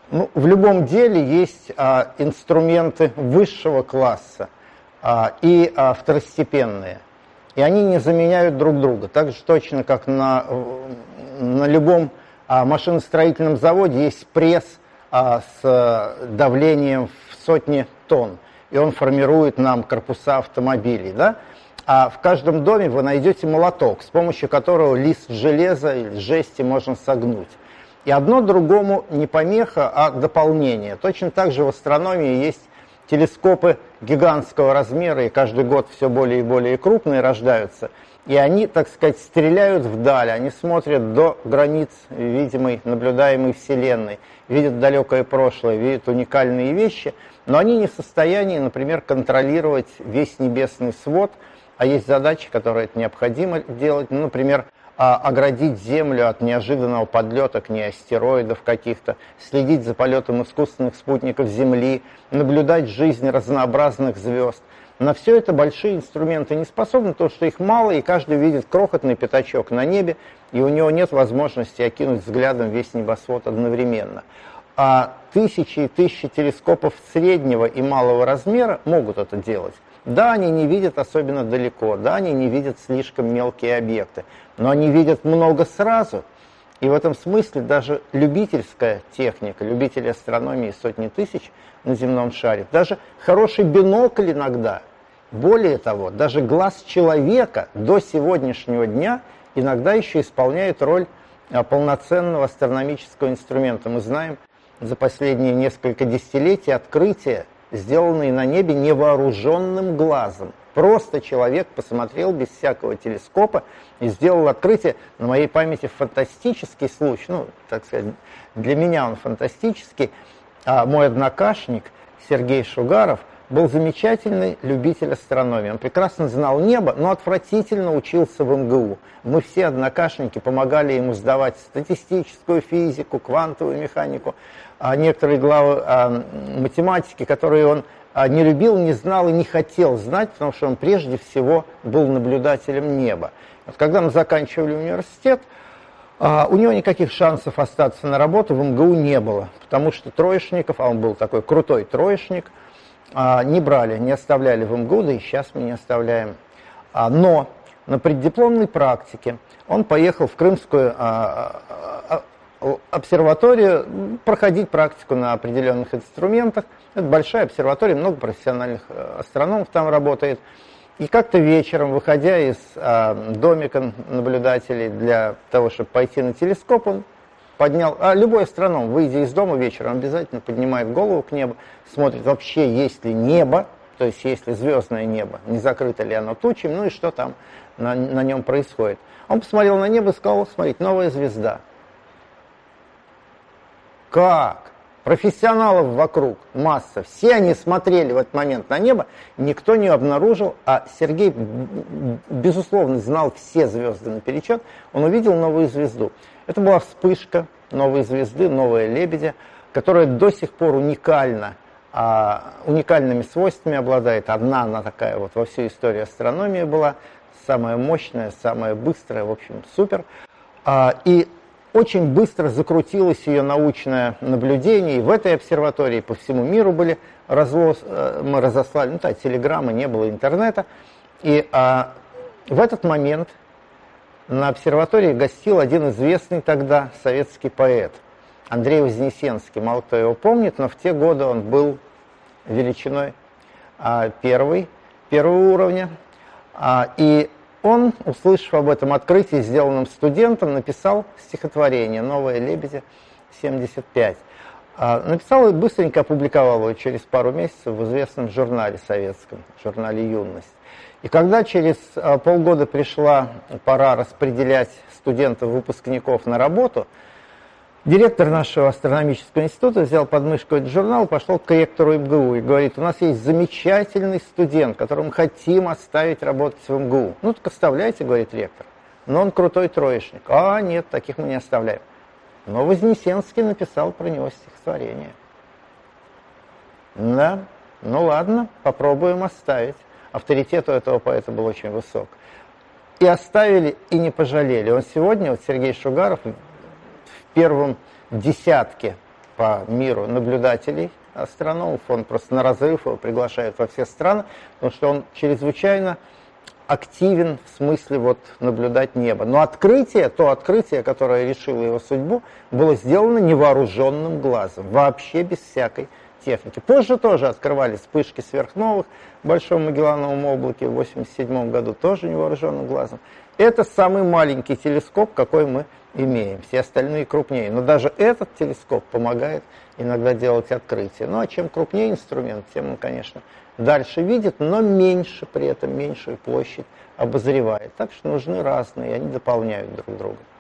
Ну, в любом деле есть инструменты высшего класса и второстепенные. И они не заменяют друг друга. Так же точно, как на любом машиностроительном заводе есть пресс с давлением в сотни тонн. И он формирует нам корпуса автомобилей. Да? А в каждом доме вы найдете молоток, с помощью которого лист железа или жести можно согнуть. И одно другому не помеха, а дополнение. Точно так же в астрономии есть телескопы гигантского размера, и каждый год все более и более крупные рождаются. И они, так сказать, стреляют вдаль, они смотрят до границ видимой, наблюдаемой Вселенной, видят далекое прошлое, видят уникальные вещи, но они не в состоянии, например, контролировать весь небесный свод, а есть задачи, которые это необходимо делать, ну, например, оградить Землю от неожиданного подлета к ней астероидов каких-то, следить за полетом искусственных спутников Земли, наблюдать жизнь разнообразных звезд. На все это большие инструменты не способны, потому что их мало, и каждый видит крохотный пятачок на небе, и у него нет возможности окинуть взглядом весь небосвод одновременно. А тысячи и тысячи телескопов среднего и малого размера могут это делать. Да, они не видят особенно далеко, да, они не видят слишком мелкие объекты, но они видят много сразу. И в этом смысле даже любительская техника, любители астрономии сотни тысяч на земном шаре, даже хороший бинокль иногда, более того, даже глаз человека до сегодняшнего дня иногда еще исполняет роль полноценного астрономического инструмента. Мы знаем за последние несколько десятилетий открытия, сделанные на небе невооруженным глазом. Просто человек посмотрел без всякого телескопа и сделал открытие. На моей памяти фантастический случай, ну, так сказать, для меня он фантастический. Мой однокашник Сергей Шугаров был замечательный любитель астрономии. Он прекрасно знал небо, но отвратительно учился в МГУ. Мы все однокашники помогали ему сдавать статистическую физику, квантовую механику, некоторые главы математики, которые он не любил, не знал и не хотел знать, потому что он прежде всего был наблюдателем неба. Вот когда мы заканчивали университет, у него никаких шансов остаться на работу в МГУ не было, потому что троечников, а он был такой крутой троечник, не брали, не оставляли в МГУ, да и сейчас мы не оставляем. Но на преддипломной практике он поехал в Крымскую обсерваторию проходить практику на определенных инструментах. Это большая обсерватория, много профессиональных астрономов там работает. И как-то вечером, выходя из домика наблюдателей для того, чтобы пойти на телескоп, он поднял... любой астроном, выйдя из дома вечером, обязательно поднимает голову к небу, смотрит, вообще есть ли небо, то есть есть ли звездное небо, не закрыто ли оно тучами, ну и что там на нем происходит. Он посмотрел на небо и сказал: смотрите, новая звезда. Как? Профессионалов вокруг масса. Все они смотрели в этот момент на небо, никто не обнаружил, а Сергей, безусловно, знал все звезды наперечет, он увидел новую звезду. Это была вспышка новой звезды, новая Лебедя, которая до сих пор уникальна, уникальными свойствами обладает. Одна она такая вот во всю историю астрономии была, самая мощная, самая быстрая, в общем, супер. И очень быстро закрутилось ее научное наблюдение, и в этой обсерватории по всему миру были мы разослали, ну да, телеграммы, не было интернета, и в этот момент на обсерватории гостил один известный тогда советский поэт Андрей Вознесенский. Мало кто его помнит, но в те годы он был величиной первого уровня, и он, услышав об этом открытии, сделанном студентом, написал стихотворение «Новая Лебедя 75». Написал и быстренько опубликовал его через пару месяцев в известном журнале советском, журнале «Юность». И когда через полгода пришла пора распределять студентов-выпускников на работу, директор нашего астрономического института взял под мышку этот журнал, пошел к ректору МГУ и говорит: у нас есть замечательный студент, которому хотим оставить работать в МГУ. Ну так оставляйте, говорит ректор. Но он крутой троечник. Нет, таких мы не оставляем. Но Вознесенский написал про него стихотворение. Да, ну ладно, попробуем оставить. Авторитет у этого поэта был очень высок. И оставили, и не пожалели. Он сегодня, вот Сергей Шугаров, в первом десятке по миру наблюдателей, астрономов, он просто на разрыв его приглашает во все страны, потому что он чрезвычайно активен в смысле вот наблюдать небо. Но то открытие, которое решило его судьбу, было сделано невооруженным глазом, вообще без всякой техники. Позже тоже открывали вспышки сверхновых в Большом Магеллановом облаке в 1987 году, тоже невооруженным глазом. Это самый маленький телескоп, какой мы имеем, все остальные крупнее. Но даже этот телескоп помогает иногда делать открытия. Ну а чем крупнее инструмент, тем он, конечно, дальше видит, но меньше при этом, меньшую площадь обозревает. Так что нужны разные, они дополняют друг друга.